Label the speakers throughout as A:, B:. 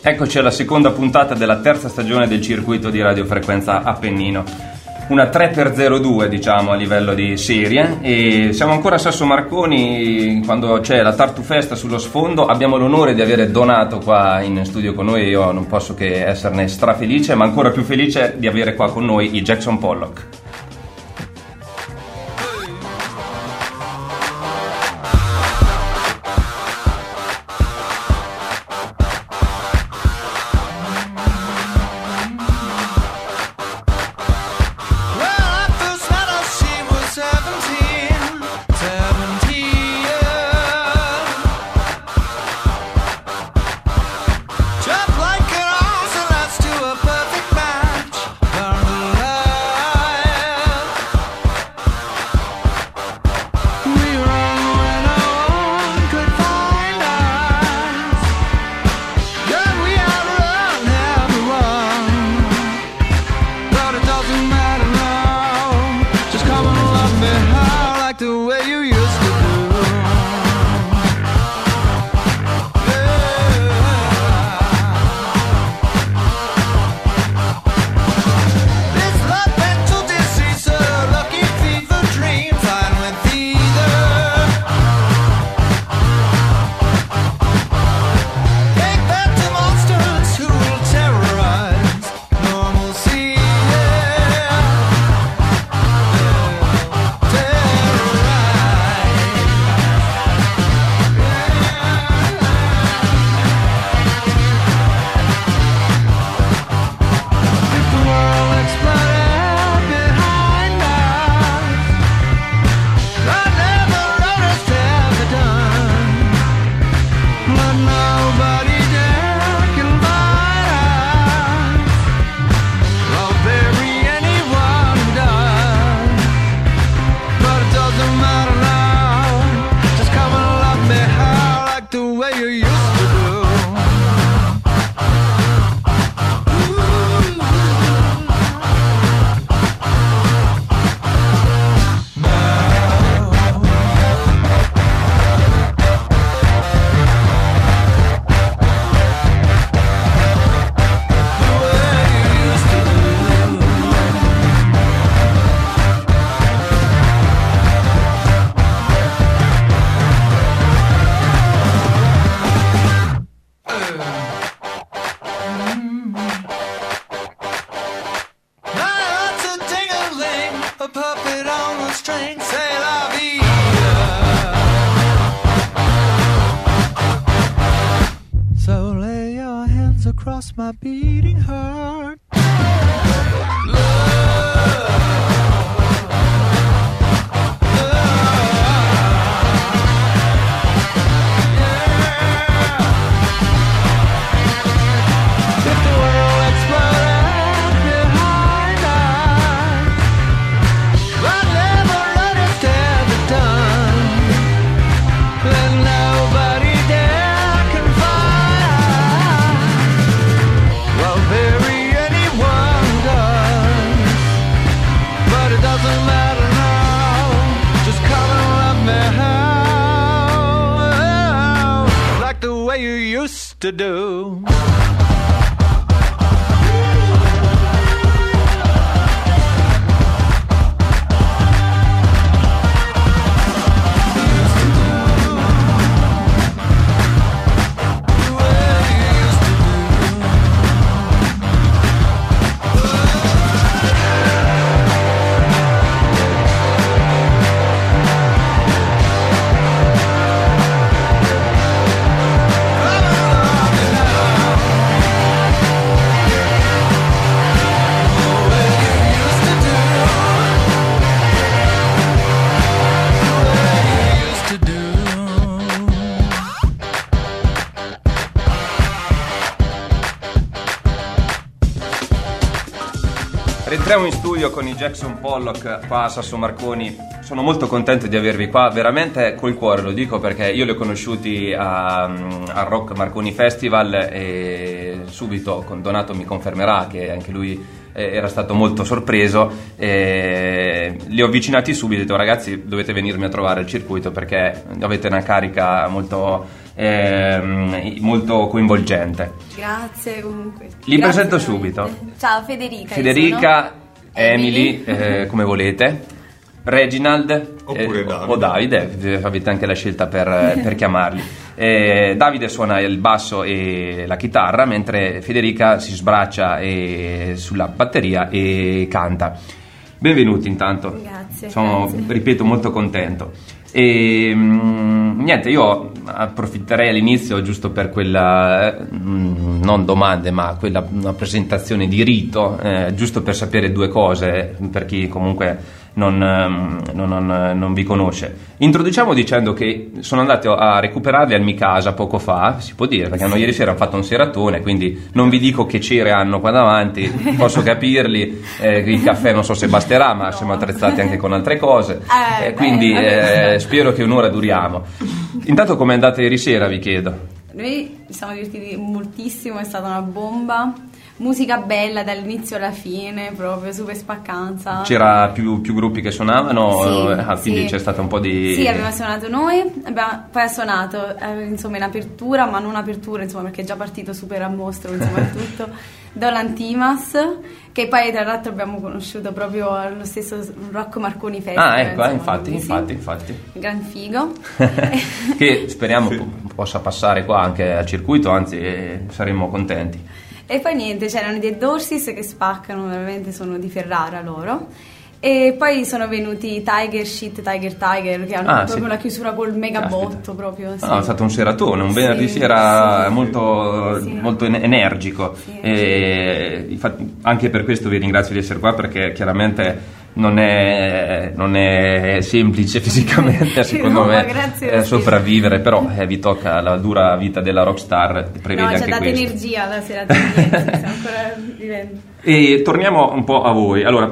A: Eccoci alla seconda puntata della terza stagione del circuito di radiofrequenza Appennino. Una 3x02 diciamo a livello di serie, e siamo ancora a Sasso Marconi quando c'è la Tartufesta sullo sfondo. Abbiamo l'onore di avere Donato qua in studio con noi, io non posso che esserne strafelice, ma ancora più felice di avere qua con noi i Jackson Pollock.
B: My beating heart. To do.
A: Rientriamo in studio con i Jackson Pollock qua a Sasso Marconi. Sono molto contento di avervi qua, veramente col cuore lo dico, perché io li ho conosciuti al Rock Marconi Festival e subito con Donato mi confermerà che anche lui era stato molto sorpreso. Li ho avvicinati subito e ho detto: ragazzi, dovete venirmi a trovare al circuito perché avete una carica molto molto coinvolgente.
C: Grazie comunque.
A: Li
C: Grazie
A: presento
C: veramente.
A: subito.
C: Ciao Federica.
A: Federica,
C: Emily,
A: come volete, Reginald
D: Oppure Davide.
A: o Davide, avete anche la scelta per chiamarli. Davide suona il basso e la chitarra, mentre Federica si sbraccia sulla batteria e canta. Benvenuti intanto.
C: Grazie.
A: Sono,
C: grazie.
A: ripeto, molto contento. E niente, io approfitterei all'inizio giusto per quella non domande, ma una presentazione di rito, giusto per sapere due cose per chi comunque non vi conosce. Introduciamo dicendo che sono andato a recuperarli al Mikasa poco fa, si può dire, perché ieri sera hanno fatto un seratone, quindi non vi dico che cere hanno qua davanti, posso capirli, il caffè non so se basterà, ma siamo attrezzati anche con altre cose, quindi spero che un'ora duriamo. Intanto com'è andata ieri sera, vi chiedo?
C: Noi ci siamo divertiti moltissimo, è stata una bomba. Musica bella dall'inizio alla fine, proprio super spaccanza.
A: C'era più gruppi che suonavano?
C: Sì,
A: Quindi
C: sì.
A: c'è stata un po' di...
C: Sì, abbiamo suonato noi, poi ha suonato insomma in apertura, ma non apertura, insomma, perché è già partito super a mostro, insomma, tutto. Dolan Timas, che poi tra l'altro abbiamo conosciuto proprio allo stesso Rocco Marconi Festival.
A: Ah, ecco,
C: insomma,
A: infatti.
C: Gran figo.
A: Che speriamo possa passare qua anche al circuito, anzi saremmo contenti.
C: E poi niente, c'erano i Dead Horses che spaccano, veramente sono di Ferrara loro. E poi sono venuti Tiger che hanno proprio la chiusura col mega botto proprio. Sì.
A: È stato un seratone, un venerdì
C: Sì,
A: sera
C: sì.
A: molto,
C: Sì.
A: molto energico.
C: Sì.
A: E infatti, anche per questo vi ringrazio di essere qua, perché chiaramente non è semplice fisicamente, secondo
C: No,
A: me,
C: grazie,
A: sopravvivere, però vi tocca la dura vita della rockstar, prevede
C: No, ci ha
A: anche
C: dato
A: questo.
C: energia la serata di ieri, stiamo ancora vivendo.
A: E torniamo un po' a voi. Allora,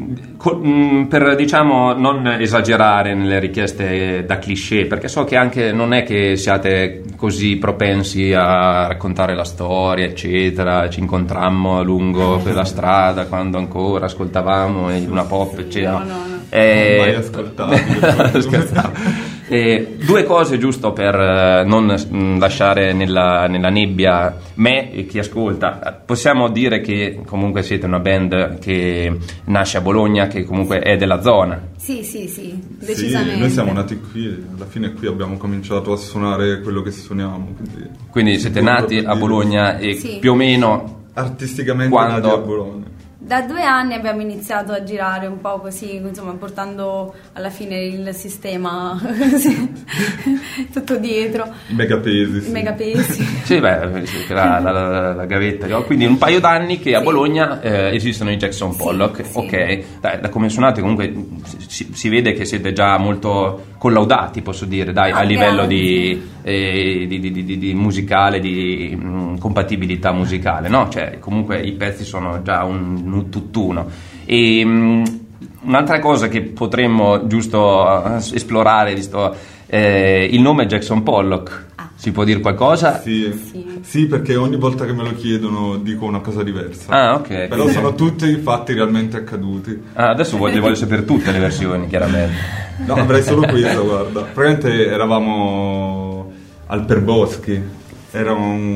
A: per diciamo non esagerare nelle richieste da cliché, perché so che anche non è che siate così propensi a raccontare la storia, eccetera. Ci incontrammo lungo quella strada quando ancora ascoltavamo una pop, eccetera.
C: No.
D: Mai ascoltato.
A: Scherzavo. Due cose giusto per non lasciare nella nebbia me e chi ascolta. Possiamo dire che comunque siete una band che nasce a Bologna, che comunque è della zona.
C: Sì, decisamente.
D: Sì, noi siamo nati qui, alla fine qui abbiamo cominciato a suonare quello che suoniamo.
A: Quindi siete nati a Bologna e
C: Sì.
A: più o meno
D: Artisticamente
A: quando...
D: nati a Bologna.
C: Da 2 anni abbiamo iniziato a girare un po' così, insomma, portando alla fine il sistema così, tutto dietro.
D: I megapesi.
C: I megapesi.
A: Sì, la gavetta. Quindi un paio d'anni che a
C: Sì.
A: Bologna esistono i Jackson Pollock.
C: Sì.
A: Ok, da come suonate comunque si vede che siete già molto collaudati, posso dire, dai, a livello di musicale, di compatibilità musicale, no? Cioè, comunque i pezzi sono già un tutt'uno. E un'altra cosa che potremmo giusto esplorare, visto il nome Jackson Pollock, si può dire qualcosa?
D: Sì, perché ogni volta che me lo chiedono dico una cosa diversa.
A: Ah, ok.
D: Però sono tutti fatti realmente accaduti.
A: Adesso voglio sapere tutte le versioni, chiaramente.
D: No, avrei solo questa, guarda. Praticamente eravamo al Perboschi. Era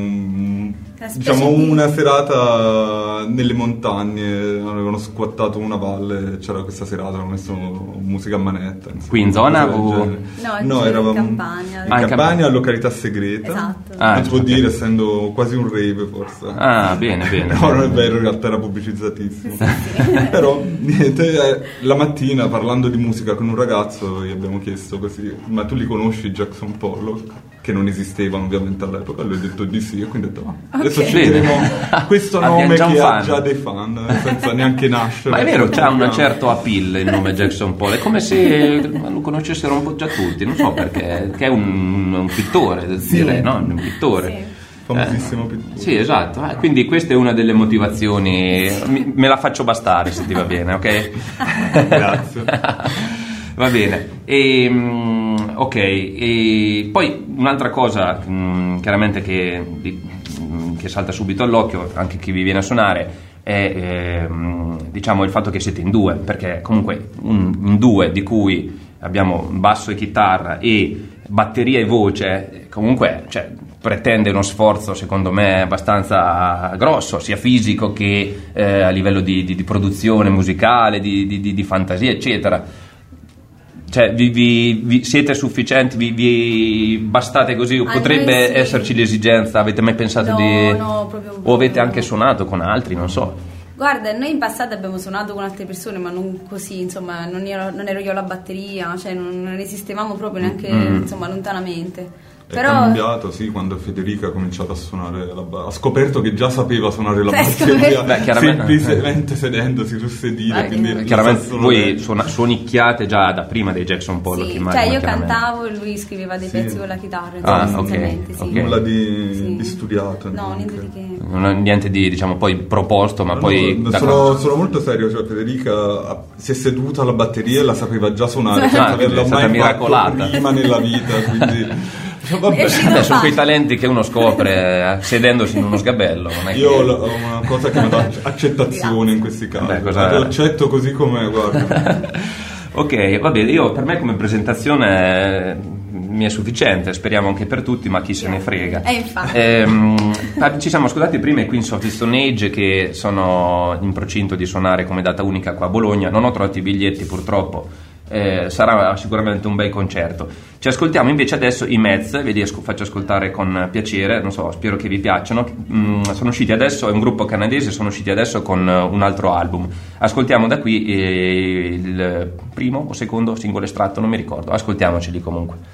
D: una serata nelle montagne, avevano squattato una valle, c'era questa serata, hanno messo musica a manetta. Insomma,
A: qui in zona o?
C: No,
D: eravamo
C: in Campania.
D: in Campania, a località segreta.
C: Esatto.
D: Non si può dire, essendo quasi un rave forse.
A: Ah, bene.
D: No, non è vero, in realtà era pubblicizzatissimo. Però niente, la mattina parlando di musica con un ragazzo gli abbiamo chiesto così: ma tu li conosci Jackson Pollock? Che non esistevano ovviamente all'epoca. Lui ha detto di sì, e quindi ho detto adesso ci diremo questo nome che ha già dei fan senza neanche nascere.
A: Ma è vero, c'ha un certo appeal il nome Jackson Pollock, è come se lo conoscessero un po' già tutti, non so perché, che è un pittore, direi, no? Un pittore.
C: Sì.
D: Famosissimo pittore.
A: Sì, esatto. Quindi questa è una delle motivazioni. Me la faccio bastare, se ti va bene, ok?
D: Grazie.
A: Va bene. Ok, e poi un'altra cosa chiaramente che salta subito all'occhio, anche chi vi viene a suonare, è diciamo il fatto che siete in due, perché comunque un due di cui abbiamo basso e chitarra e batteria e voce, comunque pretende uno sforzo secondo me abbastanza grosso, sia fisico che a livello di produzione musicale, di fantasia eccetera. Cioè vi siete sufficienti, vi bastate così o potrebbe
C: sì.
A: esserci l'esigenza, avete mai pensato
C: No,
A: o avete anche suonato con altri, non so.
C: Guarda, noi in passato abbiamo suonato con altre persone, ma non così, insomma, non ero io alla batteria, cioè non esistevamo proprio neanche, insomma, lontanamente.
D: È cambiato, sì, quando Federica ha cominciato a suonare ha scoperto che già sapeva suonare la batteria.
A: Beh, chiaramente
D: semplicemente sedendosi sul sedile, quindi
A: chiaramente voi suonicchiate già da prima dei Jackson Pollock,
C: sì,
A: immagino.
C: cioè io cantavo e lui scriveva dei pezzi con la chitarra,
A: ok.
C: sì.
D: Nulla di studiato.
C: No, niente di che.
A: Non è niente di, diciamo, poi proposto, ma poi...
D: Sono molto serio, cioè Federica si è seduta alla batteria e la sapeva già suonare, senza averla mai
A: miracolata
D: prima nella vita, quindi...
A: Vabbè, sono quei talenti che uno scopre sedendosi in uno sgabello. Non è
D: io ho una cosa che mi dà accettazione in questi casi. Lo accetto così com'è, guarda.
A: Ok, va bene, per me come presentazione mi è sufficiente, speriamo anche per tutti, ma chi se ne frega.
C: Infatti.
A: Ci siamo scusati prima i Queens of the Stone Age, che sono in procinto di suonare come data unica qua a Bologna. Non ho trovato i biglietti purtroppo. Sarà sicuramente un bel concerto. Ci ascoltiamo invece adesso i Mez, faccio ascoltare con piacere, non so, spero che vi piacciono. Sono usciti adesso, è un gruppo canadese, sono usciti adesso con un altro album. Ascoltiamo da qui il primo o secondo singolo estratto, non mi ricordo, ascoltiamoceli comunque.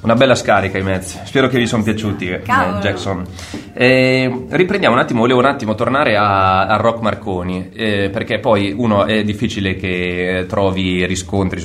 A: Una bella scarica i Mets, spero che vi sono piaciuti,
C: Cavolo.
A: Jackson. Riprendiamo un attimo, volevo un attimo tornare a Rock Marconi, perché poi uno è difficile che trovi riscontri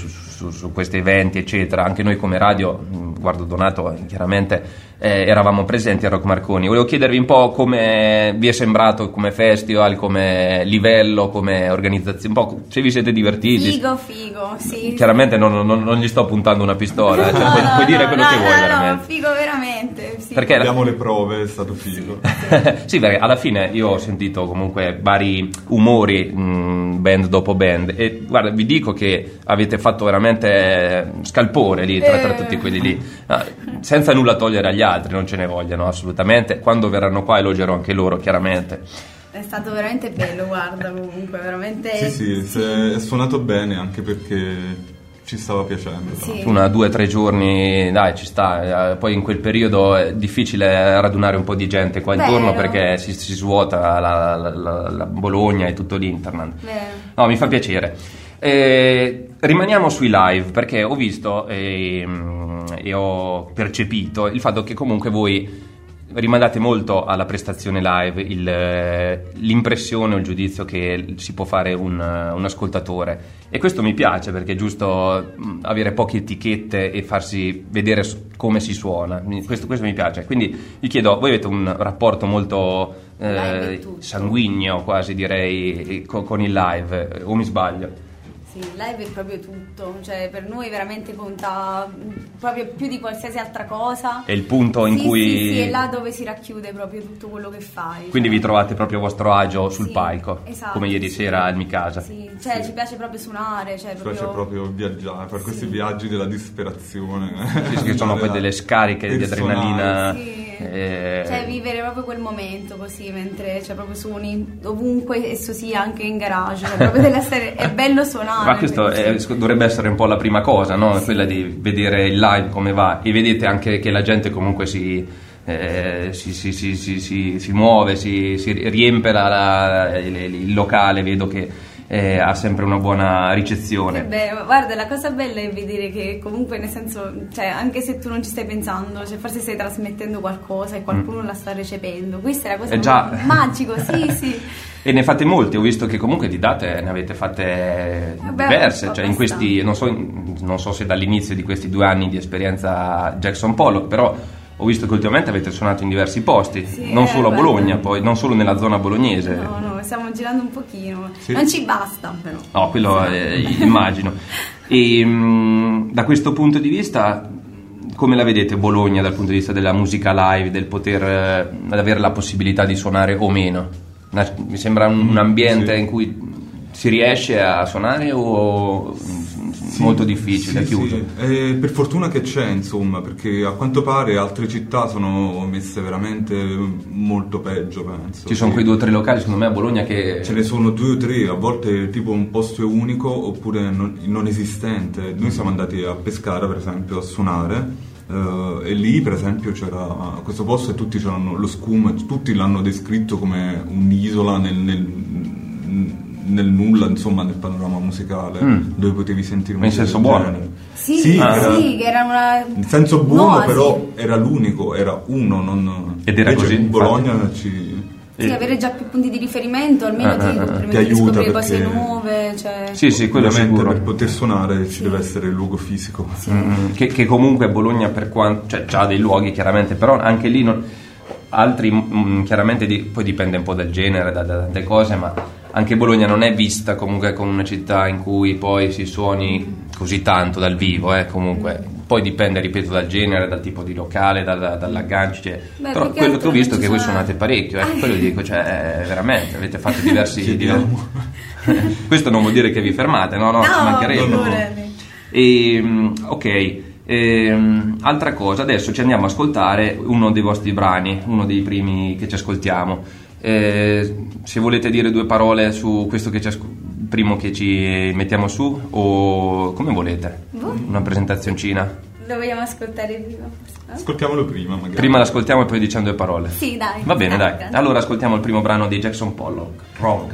A: su questi eventi, eccetera. Anche noi come radio, guardo Donato, chiaramente eravamo presenti a Rock Marconi. Volevo chiedervi un po' come vi è sembrato come festival, come livello, come organizzazione, un po' se vi siete divertiti.
C: Figo, sì.
A: Chiaramente non gli sto puntando una pistola, cioè, puoi dire quello che vuoi veramente.
C: Figo veramente, sì.
A: Perché
D: Abbiamo le prove, è stato figo.
A: sì, perché alla fine io ho sentito comunque vari umori, band dopo band, e guarda, vi dico che avete fatto veramente scalpore lì tra tutti quelli lì, senza nulla togliere agli altri, non ce ne vogliano assolutamente. Quando verranno qua elogierò anche loro, chiaramente.
C: È stato veramente bello, guarda, comunque, veramente...
D: Sì, è suonato bene, anche perché ci stava piacendo.
C: Sì.
A: 1, 2, 3 giorni, dai, ci sta. Poi in quel periodo è difficile radunare un po' di gente qua intorno,
C: Vero.
A: perché si svuota la Bologna e tutto l'Interland.
C: Vero.
A: No, mi fa piacere. Rimaniamo sui live, perché ho visto e ho percepito il fatto che comunque voi rimandate molto alla prestazione live, l'impressione o il giudizio che si può fare un ascoltatore, e questo mi piace, perché è giusto avere poche etichette e farsi vedere come si suona. Questo mi piace, quindi vi chiedo, voi avete un rapporto molto
C: Live è tutto.
A: sanguigno, quasi direi, con il live, o mi sbaglio?
C: Sì, il live è proprio tutto, cioè per noi veramente conta proprio più di qualsiasi altra cosa.
A: È il punto in
C: Sì,
A: cui...
C: Sì, è là dove si racchiude proprio tutto quello che fai.
A: Quindi
C: cioè.
A: vi trovate proprio a vostro agio sul
C: Sì,
A: palco,
C: esatto,
A: come ieri
C: sì.
A: sera al Mikasa.
C: Sì, cioè ci piace proprio suonare, cioè
D: Ci piace proprio viaggiare, fare questi viaggi della disperazione.
A: Sì, che sono poi delle scariche di adrenalina.
C: Sì.
A: eh,
C: Cioè vivere proprio quel momento così, mentre cioè proprio suoni ovunque esso sia, anche in garage, cioè, proprio deve essere, è bello suonare.
A: Ma questo dovrebbe essere un po' la prima cosa, no?
C: Sì.
A: Quella di vedere il live come va, e vedete anche che la gente comunque si muove, si riempie il locale, vedo che ha sempre una buona ricezione.
C: Beh, guarda, la cosa bella è vedere che comunque, nel senso, cioè anche se tu non ci stai pensando, cioè forse stai trasmettendo qualcosa e qualcuno la sta recependo. Questa è la cosa
A: È già
C: magico, sì.
A: E ne fate molti, ho visto che comunque di date ne avete fatte diverse, cioè in questi, non so se dall'inizio di questi 2 anni di esperienza Jackson Pollock, però ho visto che ultimamente avete suonato in diversi posti,
C: Sì,
A: non solo a
C: guarda.
A: Bologna, poi non solo nella zona bolognese.
C: No, stiamo girando un pochino.
D: Sì.
C: Non ci basta, però.
A: No, quello immagino. E da questo punto di vista, come la vedete Bologna dal punto di vista della musica live, del poter avere la possibilità di suonare o meno? Mi sembra un ambiente
D: sì.
A: in cui si riesce a suonare o molto difficile, chiuso?
D: Sì. Per fortuna che c'è, insomma, perché a quanto pare altre città sono messe veramente molto peggio, penso.
A: Ci sono
D: Sì.
A: quei 2 o 3 locali, secondo me, a Bologna che...
D: Ce ne sono 2 o 3, a volte tipo un posto è unico oppure non esistente. Noi siamo andati a Pescara, per esempio, a suonare. E lì per esempio c'era questo posto e tutti c'erano lo scum, tutti l'hanno descritto come un'isola nel nulla, insomma, nel panorama musicale, dove potevi sentire
A: In
D: musica
A: senso
D: del
A: buono?
D: genere.
C: Sì,
D: Sì,
C: che era una...
D: in senso buono,
C: un'oasi.
D: però era l'unico, era uno, non...
A: Ed era
D: invece
A: così,
D: Bologna
C: Sì, avere già più punti di riferimento almeno ti permette di
D: aiuta,
C: scoprire cose
D: perché-
C: nuove, cioè...
A: Sì, quello
D: ovviamente
A: sicuro.
D: per poter suonare ci deve essere il luogo fisico.
A: Che comunque Bologna, per quanto, cioè c'ha dei luoghi chiaramente, però anche lì altri chiaramente poi dipende un po' dal genere, da tante cose, ma anche Bologna non è vista comunque come una città in cui poi si suoni così tanto dal vivo, comunque poi dipende, ripeto, dal genere, dal tipo di locale, dall'aggancio, cioè.
C: Beh,
A: Però
C: più che
A: quello
C: altro
A: che ho visto è
C: non
A: che
C: ci
A: voi
C: sono-
A: suonate parecchio, quello dico, cioè veramente avete fatto diversi
D: Chiediamo.
A: questo non vuol dire che vi fermate, no, ci mancherebbe.
C: figurati.
A: Ok, altra cosa, adesso ci andiamo ad ascoltare uno dei vostri brani, uno dei primi che ci ascoltiamo. Se volete dire 2 parole su questo primo che ci mettiamo su, o come volete? Una presentazioncina?
C: Lo vogliamo ascoltare prima?
D: Ascoltiamolo prima, magari.
A: Prima l'ascoltiamo e poi diciamo 2 parole.
C: Sì, dai.
A: Va bene, dai.
C: Grande.
A: Allora ascoltiamo il primo brano di Jackson Pollock, Wrong.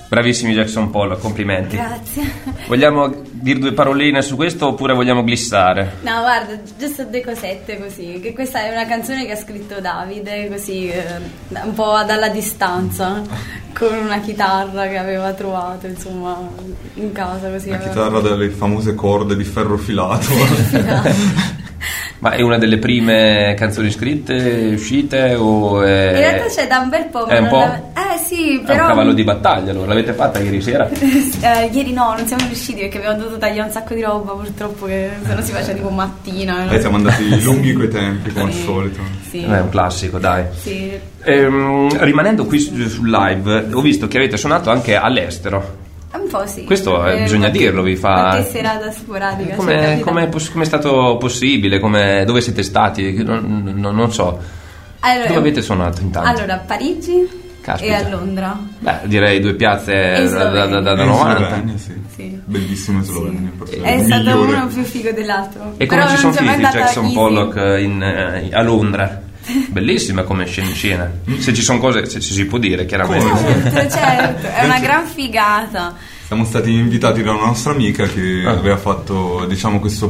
A: Bravissimi Jackson Pollock, complimenti.
C: Grazie.
A: Vogliamo dire due paroline su questo oppure vogliamo glissare?
C: No, guarda, giusto due cosette così, che questa è una canzone che ha scritto Davide, così un po' dalla distanza, con una chitarra che aveva trovato, insomma, in casa, così.
D: La chitarra dalle famose corde di ferro filato.
A: Ma è una delle prime canzoni scritte, uscite o è...
C: In realtà c'è da un bel po'.
A: È un po'?
C: Sì,
A: È
C: però...
A: un cavallo di battaglia, allora. L'avete fatta ieri sera?
C: Ieri no, non siamo riusciti perché abbiamo dovuto tagliare un sacco di roba, purtroppo, che se no si faceva tipo mattina. No?
D: Siamo andati lunghi coi tempi, come al solito.
C: Sì.
A: È un classico, dai.
C: Sì.
A: Rimanendo qui sul live, ho visto che avete suonato anche all'estero.
C: Un po' sì.
A: Questo bisogna dirlo, vi fa...
C: Qualche serata sporadica.
A: Come è stato possibile? Dove siete stati? Non so.
C: Allora,
A: dove avete suonato intanto?
C: Allora, a Parigi.
A: Caspita.
C: E a Londra.
A: Beh, direi due piazze da
D: In
A: 90.
D: Slovenia, sì.
C: Sì.
D: Bellissimo Slovenia.
C: Sì. È stato uno più figo dell'altro.
A: E come
C: però
A: ci sono
C: non
A: finiti Jackson
C: easy.
A: Pollock a Londra? Bellissima come scena. Se ci sono cose, se ci si può dire, chiaramente.
C: Certo, è una gran figata.
D: Siamo stati invitati da una nostra amica che aveva fatto, diciamo, questo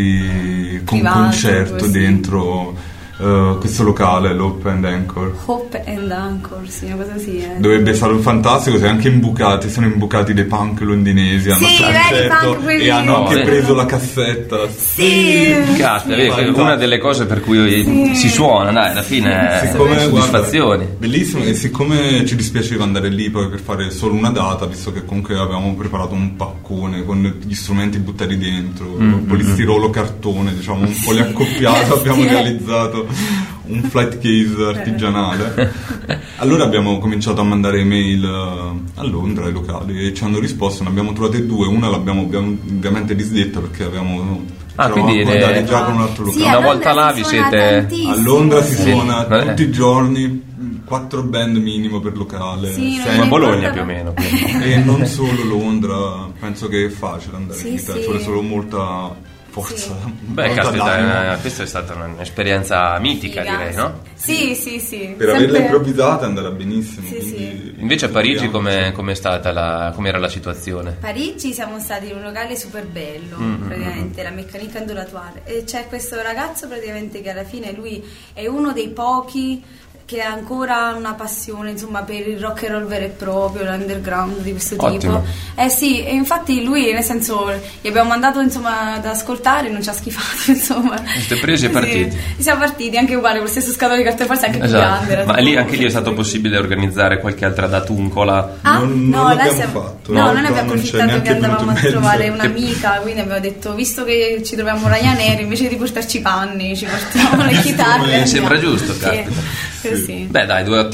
D: party con
C: Privato,
D: concerto
C: così.
D: dentro questo locale, l'Hope and Anchor.
C: Hope and Anchor, sì, una cosa così.
D: Dovrebbe essere fantastico, sono imbucati dei punk londinesi, hanno
C: Sì,
D: concerto
C: vedi, punk quelli.
D: e hanno anche
A: No,
D: preso la cassetta.
C: Sì.
A: Caspita, vedi, è una delle cose per cui si suona, dai, alla fine soddisfazioni.
D: Guarda, bellissimo, e siccome ci dispiaceva andare lì poi per fare solo una data, visto che comunque avevamo preparato un paccone con gli strumenti buttati dentro, polistirolo, cartone, diciamo un po' li accoppiato, abbiamo realizzato un flight case artigianale. Allora abbiamo cominciato a mandare email a Londra ai locali e ci hanno risposto, ne abbiamo trovate due, una l'abbiamo ovviamente disdetta perché avevamo
A: quindi
D: accordati già con un altro
C: Sì,
D: locale.
A: Una volta là vi siete...
D: A Londra si
C: sì.
D: suona tutti i giorni, 4 band minimo per locale,
C: Sì,
D: sempre.
A: Come Bologna più o meno.
D: E non solo Londra, penso che è facile andare
C: Sì,
D: in Italia,
C: sì.
D: ci vuole solo molta forza.
A: Beh,
D: molta d'animo.
A: caspita, questa è stata un'esperienza mitica,
C: Figa.
A: direi, no?
C: Sì, sì, sì.
D: Per averla improvvisata è andata benissimo.
C: Sì,
D: quindi
A: Invece a Parigi
D: speriamo.
A: com'è stata com'era la situazione?
C: Parigi siamo stati in un locale super bello, praticamente, la Meccanica Ondulatoare, e c'è questo ragazzo praticamente che alla fine lui è uno dei pochi che ha ancora una passione, insomma, per il rock and roll vero e proprio, l'underground di questo
A: Ottimo.
C: tipo. Sì, e infatti lui, nel senso, gli abbiamo mandato, insomma, ad ascoltare, non ci ha schifato, insomma.
A: Siete presi e partiti?
C: Sì, siamo partiti anche uguale con lo stesso scatolo di carta, forse anche più
A: Esatto.
C: grande.
A: Ma lì anche lì è stato possibile organizzare qualche altra datuncola?
D: Non
C: là
D: l'abbiamo fatto,
C: no,
D: no,
C: noi ne abbiamo
D: non c'è
C: approfittato
D: neanche
C: che andavamo
D: venuto
C: a
D: in mezzo.
C: trovare un'amica, quindi abbiamo detto, visto che ci troviamo Ryanair, invece di portarci i panni ci portiamo le chitarre.
A: Mi sembra
C: andiamo.
A: giusto, caspita.
C: Sì.
A: Beh, dai, due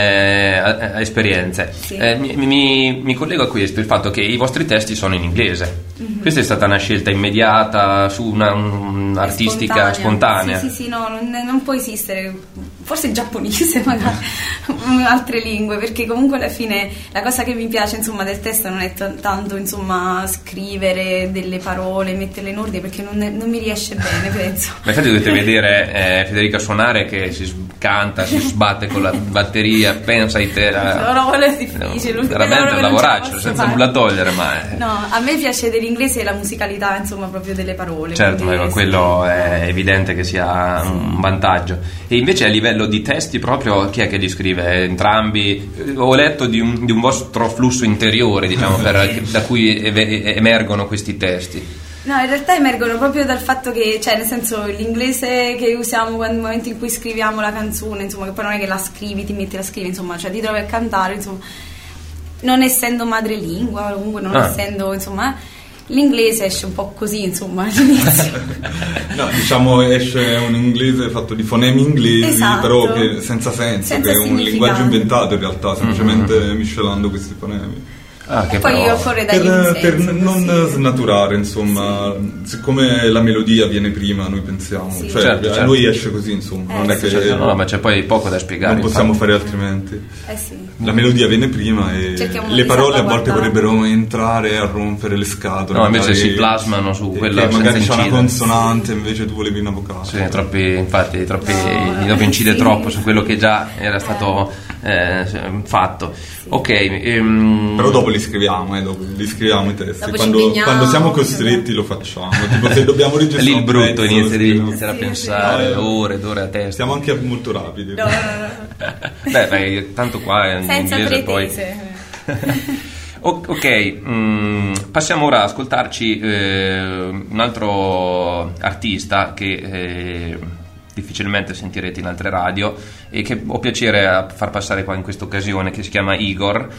A: ottime esperienze.
C: Sì.
A: Mi collego a questo, il fatto che i vostri testi sono in inglese. Questa è stata una scelta immediata su un'artistica spontanea.
C: Sì, no, non può esistere, forse il giapponese magari, altre lingue, perché comunque alla fine la cosa che mi piace, insomma, del testo non è tanto, insomma, scrivere delle parole, metterle in ordine, perché non mi riesce bene, penso.
A: Ma infatti dovete vedere Federica suonare che canta, si sbatte con la batteria, pensa ai te.
C: No, quello è difficile.
A: Veramente un lavoraccio, senza nulla togliere, ma
C: No, a me piace dell'inglese la musicalità, insomma, proprio delle parole.
A: certo,
C: quindi
A: ma quello è evidente che sia un vantaggio. E invece a livello di testi proprio, chi è che li scrive? Entrambi? Ho letto di un vostro flusso interiore, diciamo, da cui emergono questi testi.
C: No, in realtà emergono proprio dal fatto che, cioè, nel senso, l'inglese che usiamo nel momento in cui scriviamo la canzone, insomma, che poi non è che la scrivi, ti metti a scrivere, insomma, cioè ti trovi a cantare, insomma, non essendo madrelingua, comunque non essendo, insomma, l'inglese esce un po' così, insomma, all'inizio.
D: No, diciamo esce un inglese fatto di fonemi inglesi,
C: Esatto.
D: però che senza senso,
C: Senza
D: che è un
C: significato.
D: linguaggio inventato in realtà, semplicemente miscelando questi fonemi.
A: Che
C: poi
A: però...
C: occorre dargli
D: Per,
C: un
D: per
C: senso,
D: non
C: sì.
D: snaturare, insomma, siccome la melodia viene prima, noi pensiamo,
C: Sì.
D: cioè
A: Certo,
D: a
A: certo.
D: noi esce così, insomma, non è
C: sì,
D: che
A: No, ma c'è poi poco da spiegare.
D: non possiamo
A: infatti.
D: fare altrimenti.
C: Sì.
D: La melodia viene prima e
C: Cerchiamo
D: le
C: di
D: parole a volte
C: salvaguardare.
D: vorrebbero entrare a rompere le scatole.
A: No, invece
D: magari,
A: si plasmano su
D: che
A: quella
D: magari
A: senza
D: c'è una
A: incidere.
D: consonante, invece tu volevi una vocale.
A: Sì, troppi
C: No,
A: dopo incide
C: sì.
A: troppo su quello che già era stato fatto. Ok,
D: Però dopo li scriviamo, li scriviamo i testi.
C: Dopo ci
D: Quando,
C: impegniamo,
D: quando siamo costretti lo facciamo. Tipo se dobbiamo registrare
A: lì il
D: un
A: brutto
D: pezzo,
A: inizia, devi
D: scriviamo.
A: iniziare a
C: Sì,
A: pensare
D: sì.
A: ore ed ore a testa.
D: Siamo anche molto rapidi.
C: No.
A: Beh, tanto qua in
C: Senza
A: inglese poi.
C: pretese.
A: Ok, passiamo ora ad ascoltarci un altro artista che difficilmente sentirete in altre radio e che ho piacere a far passare qua in questa occasione, che si chiama Igor,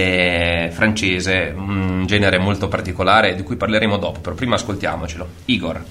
A: francese, un genere molto particolare di cui parleremo dopo, però prima ascoltiamocelo. Igor.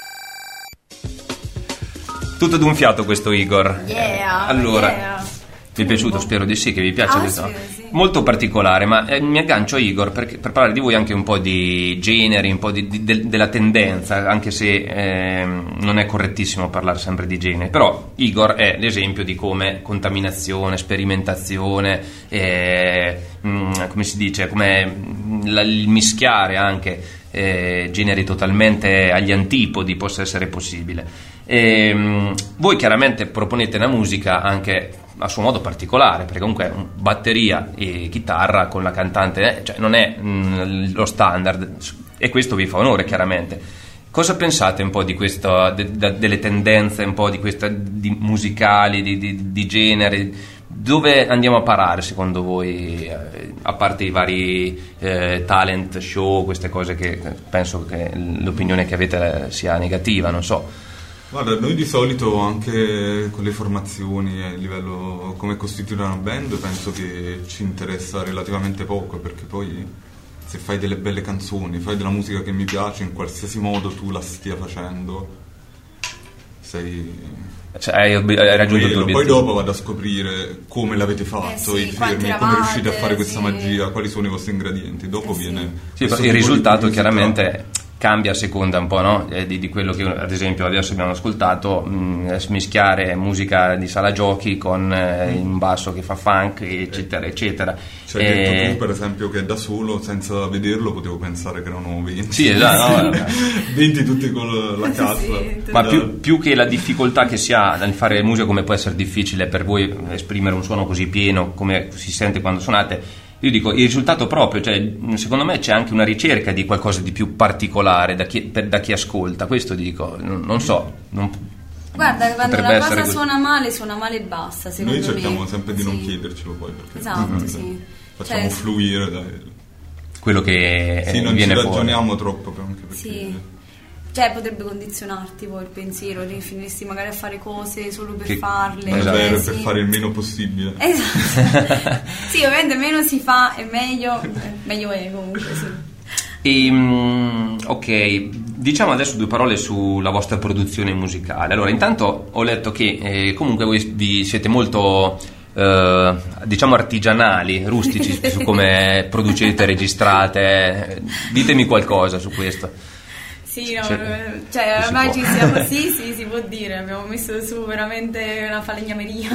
C: Tutto
A: d'un fiato questo Igor.
C: Yeah,
A: Allora,
C: yeah.
A: Vi è piaciuto? Spero di sì, che vi piace questo.
C: Sì.
A: Molto particolare, ma mi aggancio a Igor per parlare di voi anche un po' di generi, un po' della tendenza, anche se non è correttissimo parlare sempre di generi, però Igor è l'esempio di come contaminazione, sperimentazione, come si dice, come il mischiare anche generi totalmente agli antipodi possa essere possibile. Voi chiaramente proponete una musica anche a suo modo particolare, perché comunque batteria e chitarra con la cantante cioè non è lo standard, e questo vi fa onore chiaramente. Cosa pensate un po' di questo, delle tendenze un po' di questa musicali, di genere? Dove andiamo a parare secondo voi, a parte i vari talent show, queste cose che penso che l'opinione che avete sia negativa, non so.
D: Guarda, noi di solito anche con le formazioni a livello come costituire una band penso che ci interessa relativamente poco, perché poi se fai delle belle canzoni, fai della musica che mi piace, in qualsiasi modo tu la stia facendo,
A: hai raggiunto il tuo obiettivo.
D: Poi dopo vado a scoprire come l'avete fatto, i firmi, come riuscite a fare questa magia, quali sono i vostri ingredienti, dopo viene...
A: Sì, il risultato chiaramente cambia a seconda un po', no? Di quello che ad esempio adesso abbiamo ascoltato, mischiare musica di sala giochi con un basso che fa funk, eccetera eccetera.
D: Cioè detto tu per esempio che da solo senza vederlo potevo pensare che erano 20.
A: Sì, esatto, no?
D: 20 tutti con la cassa.
C: Sì,
A: ma più che la difficoltà che si ha nel fare musica, come può essere difficile per voi esprimere un suono così pieno come si sente quando suonate, io dico il risultato proprio, cioè secondo me c'è anche una ricerca di qualcosa di più particolare da chi ascolta, questo dico, non so.
C: Guarda, quando una cosa suona male e basta, secondo me.
D: Noi cerchiamo sempre di non chiedercelo poi, perché
C: esatto, sì.
D: Facciamo fluire
A: quello che
D: non
A: viene
D: ci
A: fuori.
D: ragioniamo troppo anche perché...
C: Sì. Cioè potrebbe condizionarti poi il pensiero, finiresti magari a fare cose solo per farle.
D: È vero, per fare il meno possibile.
C: Esatto. Sì, ovviamente meno si fa e meglio è comunque, sì.
A: Ok, diciamo adesso due parole sulla vostra produzione musicale. Allora, intanto ho letto che comunque voi vi siete molto... diciamo artigianali, rustici su come producete, registrate. Ditemi qualcosa su questo.
C: Sì, no, cioè ormai ci siamo, sì, si può dire, abbiamo messo su veramente una falegnameria.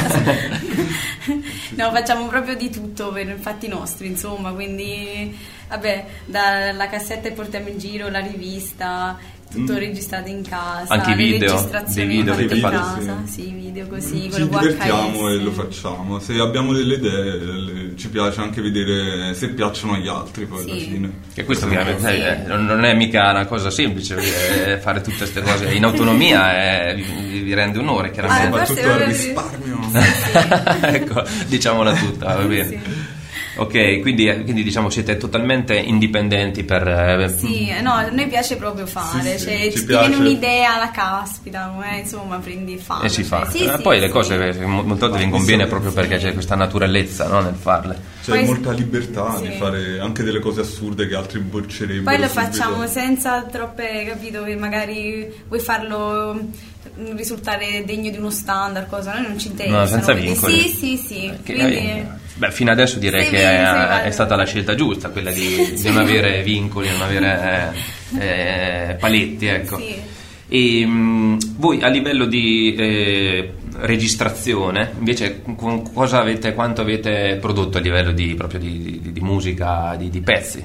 C: No, facciamo proprio di tutto per i fatti nostri, insomma, quindi vabbè, dalla cassetta portiamo in giro, la rivista, tutto registrato in casa,
A: anche
C: le
A: video,
C: registrazioni fatte in casa, sì, video così, con
D: ci
C: VHS.
D: divertiamo e lo facciamo. Se abbiamo delle idee ci piace anche vedere se piacciono agli altri poi alla fine.
A: Che questo non è mica una cosa semplice, fare tutte queste cose in autonomia vi rende onore chiaramente.
D: Soprattutto al risparmio.
A: Ecco, diciamola tutta, va bene. Sì. Ok, quindi diciamo siete totalmente indipendenti per...
C: Sì, no, a noi piace proprio fare, cioè ti
D: piace.
C: viene un'idea, la caspita, insomma prendi e fai.
A: E si fa.
C: Sì,
A: poi le cose molte volte vi conviene proprio perché c'è questa naturalezza, no, nel farle.
D: C'è
C: poi,
D: molta libertà di fare anche delle cose assurde che altri boccerebbero.
C: Poi lo facciamo senza troppe, capito, che magari vuoi farlo risultare degno di uno standard, cosa, noi non ci interessa.
A: No, senza vincoli.
C: Sì. Quindi...
A: fino adesso direi che è stata la scelta giusta, quella di non avere vincoli, non avere paletti, ecco.
C: Sì.
A: E voi a livello di registrazione invece quanto avete prodotto a livello proprio di musica, di pezzi?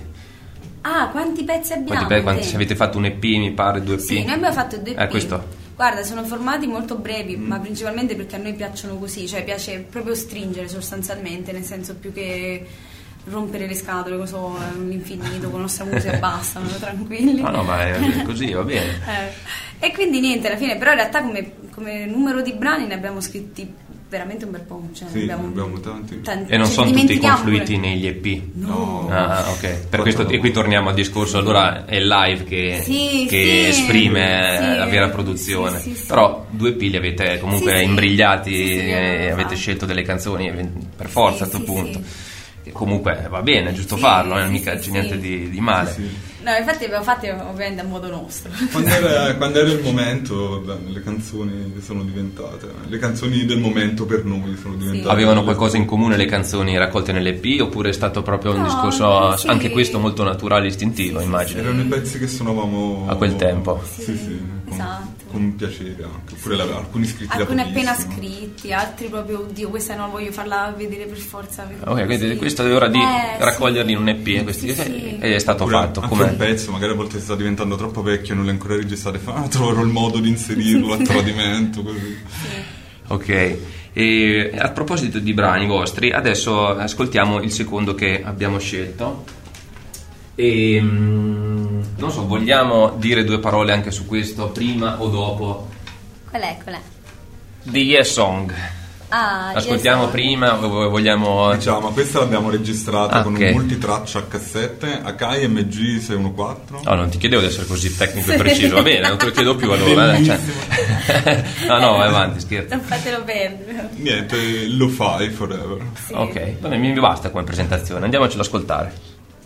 C: Quanti pezzi abbiamo?
A: Se avete fatto un EP, mi pare, 2 EP?
C: Sì, noi abbiamo fatto 2 EP.
A: Questo?
C: Guarda, sono formati molto brevi, ma principalmente perché a noi piacciono così, cioè piace proprio stringere sostanzialmente, nel senso più che rompere le scatole, l'infinito con la nostra musica e basta, tranquilli.
A: No, ma è così, va bene.
C: E quindi niente, alla fine, però in realtà come numero di brani ne abbiamo scritti veramente un bel po', cioè
D: abbiamo tanti.
A: E non sono tutti confluiti negli EP?
D: No.
A: Ok, per questo, e qui torniamo al discorso, allora è il live che esprime la vera produzione, però 2 EP li avete comunque imbrigliati e avete scelto delle canzoni per forza a questo punto. Che comunque va bene, è giusto farlo, mica c'è niente di male.
C: No, infatti abbiamo fatto ovviamente a modo nostro.
D: Quando era il momento, le canzoni sono diventate, le canzoni del momento per noi sono diventate.
A: Avevano qualcosa in comune le canzoni raccolte nell'EP oppure è stato proprio un discorso,
C: sì.
A: anche questo molto naturale e istintivo, immagino?
D: Erano i pezzi che suonavamo
A: A quel tempo.
D: Sì,
C: esatto.
D: con piacere anche. Oppure alcuni scritti da
C: Alcuni appena
D: pochissimo.
C: scritti, altri proprio, oddio, questa non voglio farla vedere per forza.
A: Ok, quindi questo è ora di raccoglierli in un EP, questi,
C: sì.
A: è stato
D: Oppure
A: fatto.
D: anche un pezzo, magari a volte sta diventando troppo vecchio, non l'ho ancora registrato, troverò il modo di inserirlo a tradimento, così.
A: Ok, e a proposito di brani vostri, adesso ascoltiamo il secondo che abbiamo scelto e non so, vogliamo dire due parole anche su questo prima o dopo?
C: Qual è?
A: The Yes Song.
C: Ah,
A: Ascoltiamo
C: Yes,
A: prima o vogliamo...
D: Diciamo, questa l'abbiamo registrata con
A: ok.
D: un multitraccia a cassette Akai MG 614.
A: No, non ti chiedevo di essere così tecnico e preciso, va bene, non te lo chiedo più allora. Cioè. No, vai avanti, scherzo.
C: Non fatelo perdere.
D: Niente, lo fai forever.
C: Sì.
A: Ok, vabbè, mi basta come presentazione, andiamocelo ad ascoltare.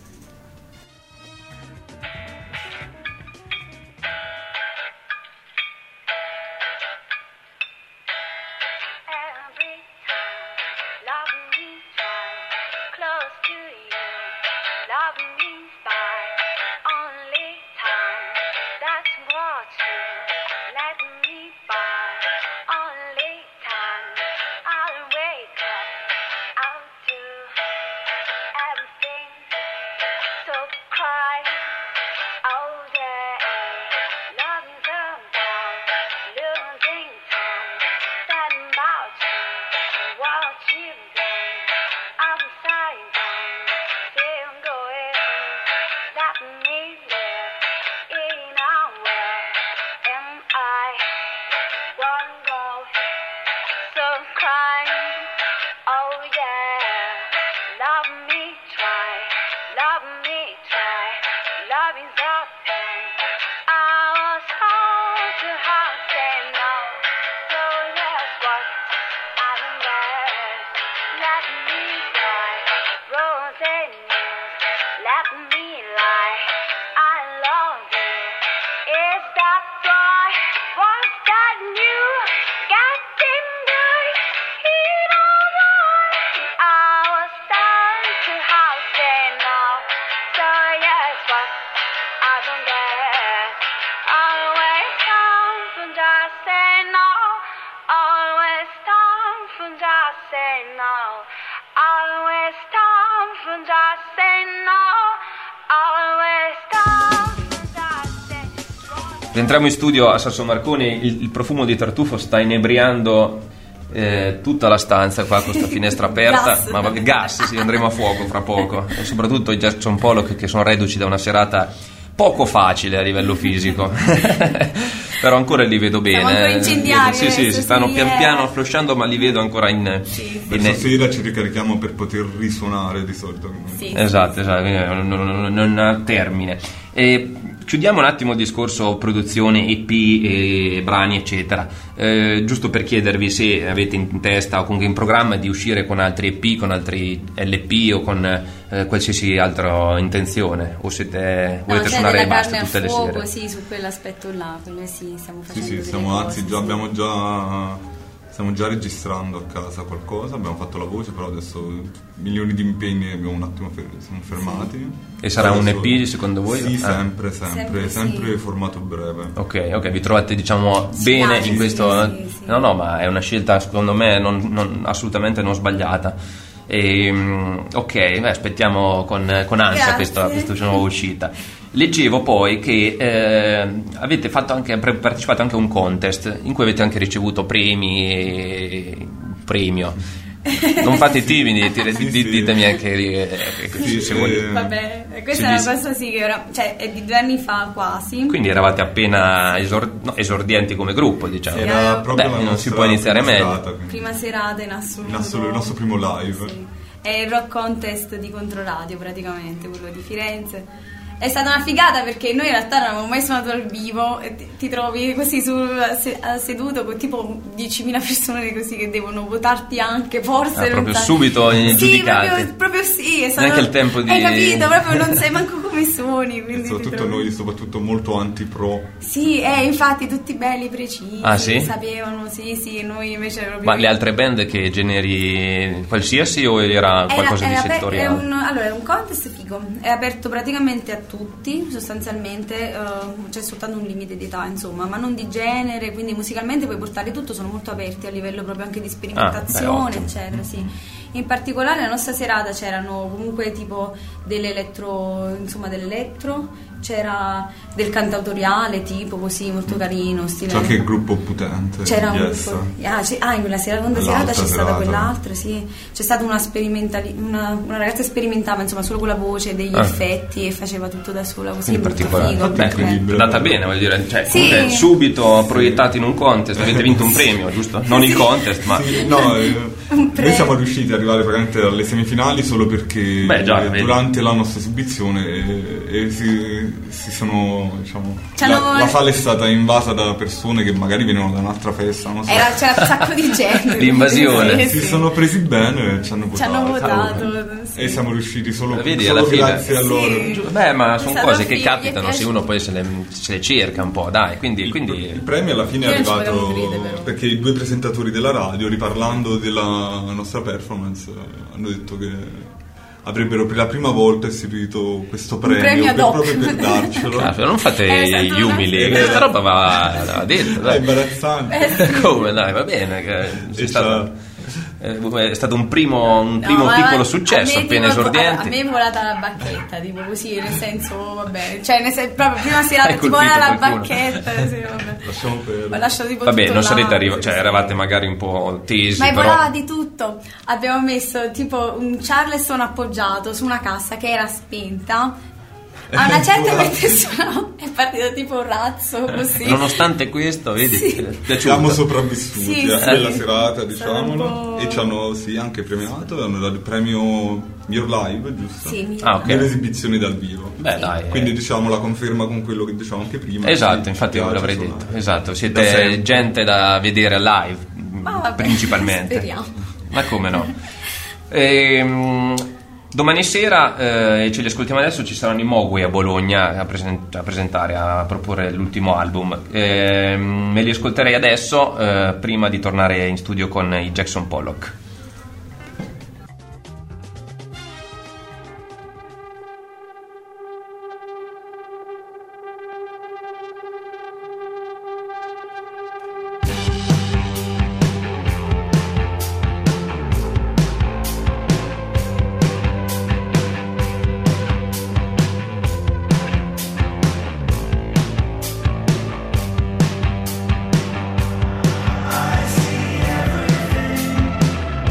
E: Every time, love me twice, close to you, love me by only time. That's what you let me by only time. I'll wake up, I'll do everything to cry all day. Loving them down, losing time. Sad about you, what you've done. I'm upside down, still going. Let me live in a world. Am I one go? So crying, oh yeah. Love me, try, love me, try. Loving's a pain. I was told to have said no. So that's what I don't get. Let me die, rose and news. Let me lie. I love you. Is that boy? Was that you? Getting good? He don't want. I was told to have said no. So yes, what I don't get. Always time for just say no. Always time for just say no. Always time for just say no. Always time for just say no.
A: Rientriamo in studio a Sasso Marconi, il profumo di tartufo sta inebriando tutta la stanza qua con questa finestra aperta.
C: Gas.
A: Ma vabbè, gas, sì, andremo a fuoco fra poco. E soprattutto i Jackson Pollock che sono reduci da una serata poco facile a livello fisico. Però ancora li vedo bene.
C: Siamo ancora incendiari
A: Sì,
C: adesso,
A: si stanno
C: sì,
A: pian piano flosciando, ma li vedo ancora in...
D: Verso sera ci ricarichiamo per poter risuonare di solito.
C: Sì.
A: Esatto, non ha termine. E chiudiamo un attimo il discorso produzione, EP, brani eccetera, giusto per chiedervi se avete in testa o comunque in programma di uscire con altri EP, con altri LP o con qualsiasi altra intenzione, o siete volete suonare e basta tutte le
C: fuoco,
A: sere?
C: sì, su quell'aspetto là, quello sì, stiamo
D: Sì,
C: facendo
D: sì,
C: delle
D: stiamo,
C: cose,
D: anzi,
C: sì.
D: stiamo già registrando a casa qualcosa, abbiamo fatto la voce, però adesso milioni di impegni abbiamo un attimo siamo fermati.
A: E sarà un
D: Adesso-
A: EP secondo voi?
D: Sì,
A: Ah.
D: sempre
C: Sempre sì.
D: formato breve.
A: Ok, vi trovate diciamo
C: Sì,
A: bene
C: sì,
A: in questo...
C: sì, sì.
A: No, ma è una scelta secondo me assolutamente non sbagliata. Ok, beh, aspettiamo con ansia
C: Grazie.
A: questa nuova uscita. Leggevo poi che avete fatto anche, partecipato anche a un contest in cui avete anche ricevuto premi e premio. Non fate timidi,
D: Sì.
A: ditemi anche
D: Sì,
A: se volete.
C: Vabbè,
A: Si
C: questa è una
A: dice-
C: cosa sì che ora, cioè è di 2 anni fa quasi.
A: Quindi eravate appena esordienti come gruppo, diciamo.
D: Era proprio
A: Beh,
D: la
A: non si
D: nostra
A: può iniziare
D: prima
A: meglio.
D: serata, quindi.
C: Prima serata in assoluto.
D: Il nostro primo live.
C: Sì. È il rock contest di Controradio praticamente, quello di Firenze. È stata una figata perché noi in realtà non avevamo mai suonato dal vivo e ti trovi così seduto con tipo 10.000 persone così che devono votarti anche, forse.
A: Proprio
C: sai.
A: subito
C: Sì,
A: giudicate.
C: proprio sì. È stato,
A: Neanche il tempo di-
C: Hai capito? Proprio non sai manco come come suoni, quindi ti
D: Soprattutto
C: trovi-
D: noi, soprattutto molto anti-pro.
C: Sì, infatti tutti belli, precisi,
F: Ah, sì?
C: sapevano, sì, noi invece proprio...
F: Ma le altre band che generi qualsiasi o era qualcosa di settoriale?
C: Allora, è un contest figo, è aperto praticamente a tutti, sostanzialmente, c'è soltanto un limite di età, insomma, ma non di genere, quindi musicalmente puoi portare tutto, sono molto aperti a livello proprio anche di sperimentazione,
F: ottimo.
C: eccetera, sì. In particolare la nostra serata c'erano comunque tipo dell'elettro, c'era del cantautoriale, tipo così, molto carino, stile...
D: C'è anche il gruppo Putente.
C: C'era un
D: Yes.
C: gruppo. In quella seconda serata
D: L'altra
C: c'è stata
D: serata.
C: quell'altra, sì. C'è stata una ragazza che sperimentava insomma solo con la voce, degli effetti e faceva tutto da sola, così
F: In
C: molto
F: particolare.
C: figo.
F: Beh,
D: incredibile.
F: è andata bene, voglio dire, cioè,
C: Sì.
F: comunque subito proiettati in un contest, avete vinto un premio, giusto? Non il contest, ma
D: Sì, no, noi siamo riusciti ad arrivare praticamente alle semifinali solo perché
F: Beh, già, vedi.
D: durante la nostra esibizione si sono, diciamo,
C: C'hanno-
D: la sala è stata invasa da persone che magari venivano da un'altra festa, non so.
C: C'era un sacco di gente.
F: L'invasione.
C: Sì,
D: Si
C: sì.
D: sono presi bene e ci hanno
C: Ci hanno
D: votato.
C: votato, sì.
D: E siamo riusciti solo,
F: Vedi,
D: solo
F: alla fine-
D: grazie a
C: Sì.
D: loro.
F: beh, ma sono
C: È stato
F: cose che
C: figo,
F: capitano
C: mi è
F: se uno poi se le cerca un po', dai, quindi
D: Il premio alla fine
C: Io
D: è
C: non ci
D: arrivato
C: volevo credere, però.
D: perché i due presentatori della radio, riparlando della nostra performance, hanno detto che avrebbero per la prima volta istituito questo premio,
C: premio ad hoc.
D: proprio per darcelo.
F: Ah, non fate
C: Esatto,
F: gli umili,
C: non è-
F: questa roba va detta,
D: È
F: dai.
D: imbarazzante.
F: Come dai, va bene, che
D: E
F: è stato un primo
C: No, ma
F: piccolo
C: a
F: successo
C: me
F: appena
C: tipo-
F: esordiente.
C: A me è volata la bacchetta, tipo così, nel senso, vabbè, cioè proprio prima serata
F: Hai
C: ti
F: colpito
C: vola la
F: qualcuno.
C: bacchetta, sì, vabbè.
D: Lasciamo perdere.
C: Ma lascio tipo
F: Vabbè,
C: tutto
F: non
C: là,
F: sarete arrivati,
C: sì,
F: cioè
C: sì.
F: eravate magari un po' tesi,
C: Ma
F: però
C: volava di tutto. Abbiamo messo tipo un Charleston appoggiato su una cassa che era spenta. A una certa mentre suonavo è partito tipo un razzo così.
F: nonostante questo, vedi,
C: Sì.
F: ti è piaciuto.
D: Siamo sopravvissuti
C: Sì,
D: a
C: sì.
D: quella serata,
C: Stato
D: diciamolo,
C: un po'-
D: e ci hanno anche premiato, hanno dato il premio Miglior Live, giusto?
C: Sì,
F: Ah, ok.
D: Miglior esibizione dal vivo.
F: Beh, dai.
D: Quindi diciamo la conferma con quello che dicevamo anche prima.
F: Esatto,
D: Ci
F: infatti
D: piace
F: l'avrei
D: suonare.
F: detto. Esatto,
D: Da
F: siete
D: sempre.
F: gente da vedere live,
C: Ma vabbè,
F: principalmente.
C: speriamo.
F: Ma come no? Domani sera, e ce li ascoltiamo adesso, ci saranno i Mogwai a Bologna a presentare, a proporre l'ultimo album. Me li ascolterei adesso, prima di tornare in studio con i Jackson Pollock.
G: I see everything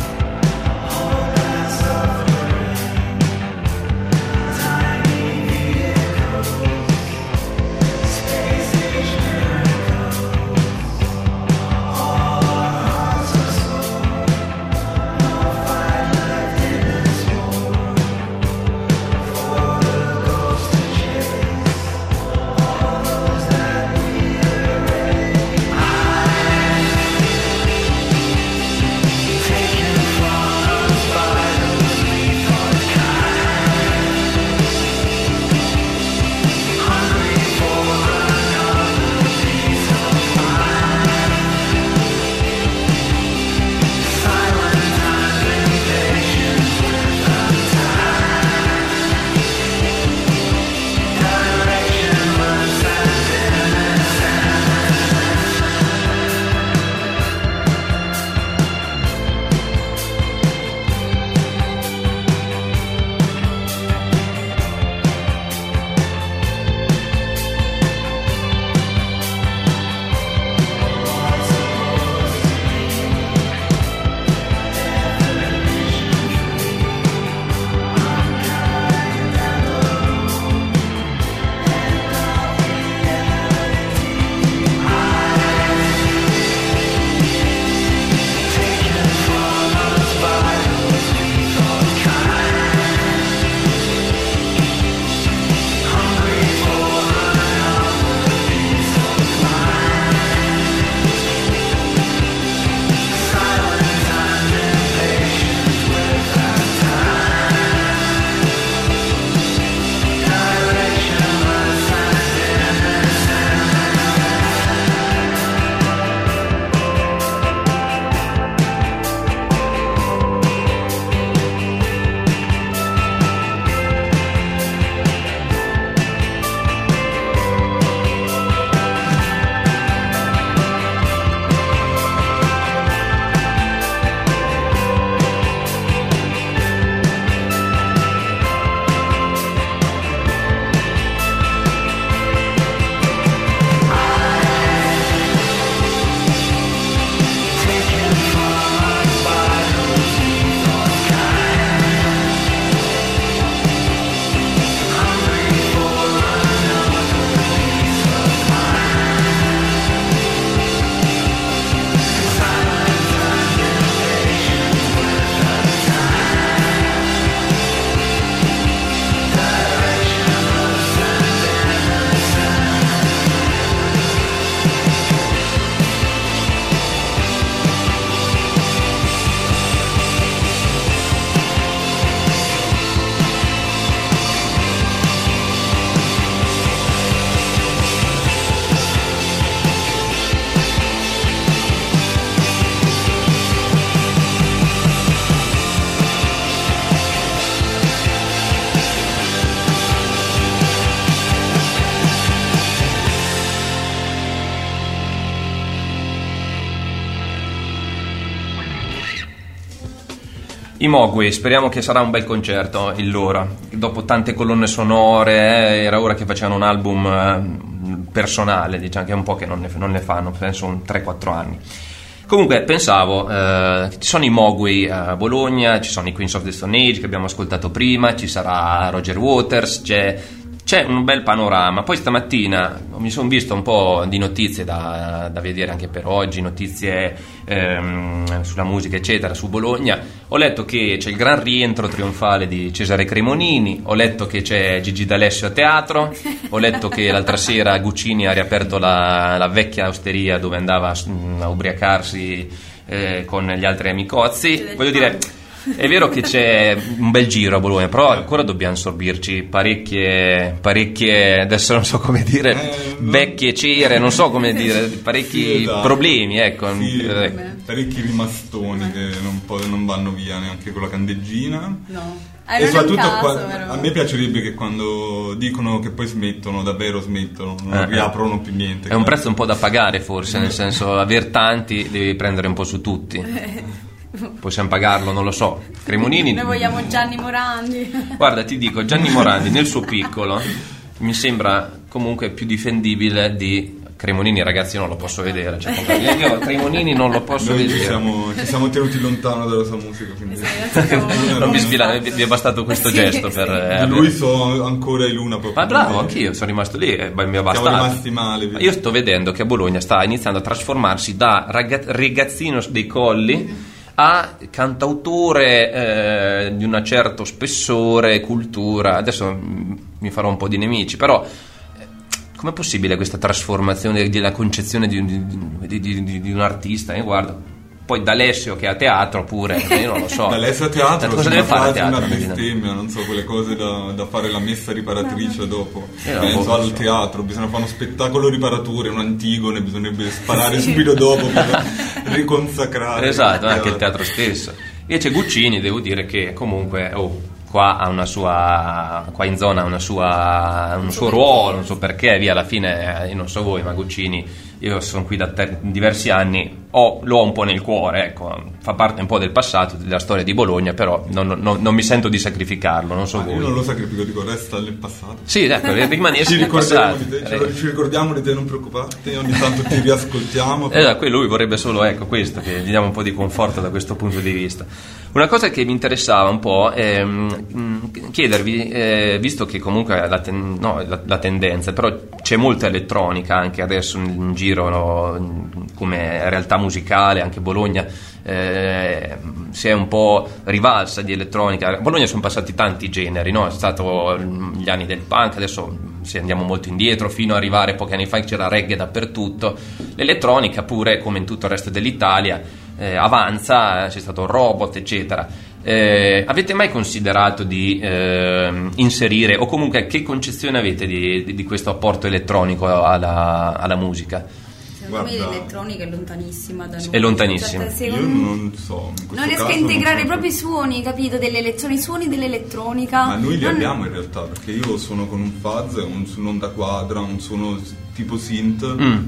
F: I Mogwai, speriamo che sarà un bel concerto il loro. Dopo tante colonne sonore, era ora che facevano un album personale, diciamo che è un po' che non ne fanno, penso un 3-4 anni. Comunque pensavo, ci sono i Mogwai a Bologna, ci sono i Queens of the Stone Age che abbiamo ascoltato prima, ci sarà Roger Waters, c'è un bel panorama. Poi stamattina mi sono visto un po' di notizie da vedere anche per oggi, notizie sulla musica eccetera, su Bologna. Ho letto che c'è il gran rientro trionfale di Cesare Cremonini, ho letto che c'è Gigi D'Alessio a teatro, ho letto che l'altra sera Guccini ha riaperto la vecchia osteria dove andava a ubriacarsi con gli altri amicozzi. Voglio dire, è vero che c'è un bel giro a Bologna, però ancora dobbiamo sorbirci parecchie, adesso non so come dire, vecchie cere, non so come dire, parecchi
D: esatto.
F: problemi, ecco.
D: Parecchi rimastoni che non vanno via neanche con la candeggina.
C: No.
D: E soprattutto
C: caso,
D: a me piacerebbe che quando dicono che poi smettono, davvero smettono, non riaprono più niente.
F: È un prezzo un po' da pagare forse, nel senso, aver tanti devi prendere un po' su tutti. Possiamo pagarlo, non lo so. Cremonini.
C: Noi vogliamo Gianni Morandi.
F: Guarda, ti dico, Gianni Morandi nel suo piccolo mi sembra comunque più difendibile di Cremonini. Ragazzi, non lo posso vedere, cioè, io Cremonini non lo posso
D: Noi
F: vedere.
D: ci siamo tenuti lontano dalla sua musica, quindi
F: Non vi svilate, vi è bastato questo gesto per
D: di lui so ancora in luna proprio.
F: Ma bravo, anch'io sono rimasto lì e mi è bastato.
D: Siamo rimasti male.
F: Io sto vedendo che a Bologna sta iniziando a trasformarsi da ragazzino dei colli a cantautore di un certo spessore, cultura. Adesso mi farò un po' di nemici, però com'è possibile questa trasformazione della concezione di un artista? Guarda, poi D'Alessio che è a teatro pure, io non lo so.
D: D'Alessio a teatro,
F: cosa deve fare a
D: una
F: teatro?
D: bestemmia, non so, quelle cose da fare la messa riparatrice dopo.
F: Non
D: Penso al teatro, bisogna fare uno spettacolo riparatore, un Antigone, bisognerebbe sparare subito dopo per riconsacrare.
F: Esatto, anche il teatro stesso. Invece Guccini, devo dire che comunque qua ha una sua, qua in zona ha un suo ruolo, non so perché, via, alla fine io non so voi, ma Guccini, io sono qui da diversi anni, lo ho un po' nel cuore, ecco, fa parte un po' del passato, della storia di Bologna, però non mi sento di sacrificarlo, non so voi.
D: Io non lo sacrifico, dico, resta nel passato.
F: Sì, ecco, rimanesse nel passato.
D: Ci ricordiamo di te, non preoccuparti, ogni tanto ti riascoltiamo.
F: Qui lui vorrebbe solo, ecco, questo, che gli diamo un po' di conforto da questo punto di vista. Una cosa che mi interessava un po' è chiedervi, visto che comunque la tendenza, però c'è molta elettronica anche adesso in giro, come realtà musicale, anche Bologna si è un po' rivalsa di elettronica. A Bologna sono passati tanti generi, no? È stato gli anni del punk, adesso se andiamo molto indietro fino ad arrivare pochi anni fa che c'era reggae dappertutto. L'elettronica pure, come in tutto il resto dell'Italia, avanza, c'è stato il robot eccetera. Avete mai considerato di inserire, o comunque che concezione avete di questo apporto elettronico alla musica?
C: Secondo me l'elettronica è lontanissima da noi.
F: È lontanissima.
C: Cioè,
D: io non so.
C: Non riesco a integrare proprio i suoni, capito? I suoni dell'elettronica.
D: Ma noi li abbiamo in realtà, perché io suono con un fuzz, un'onda quadra, un suono tipo synth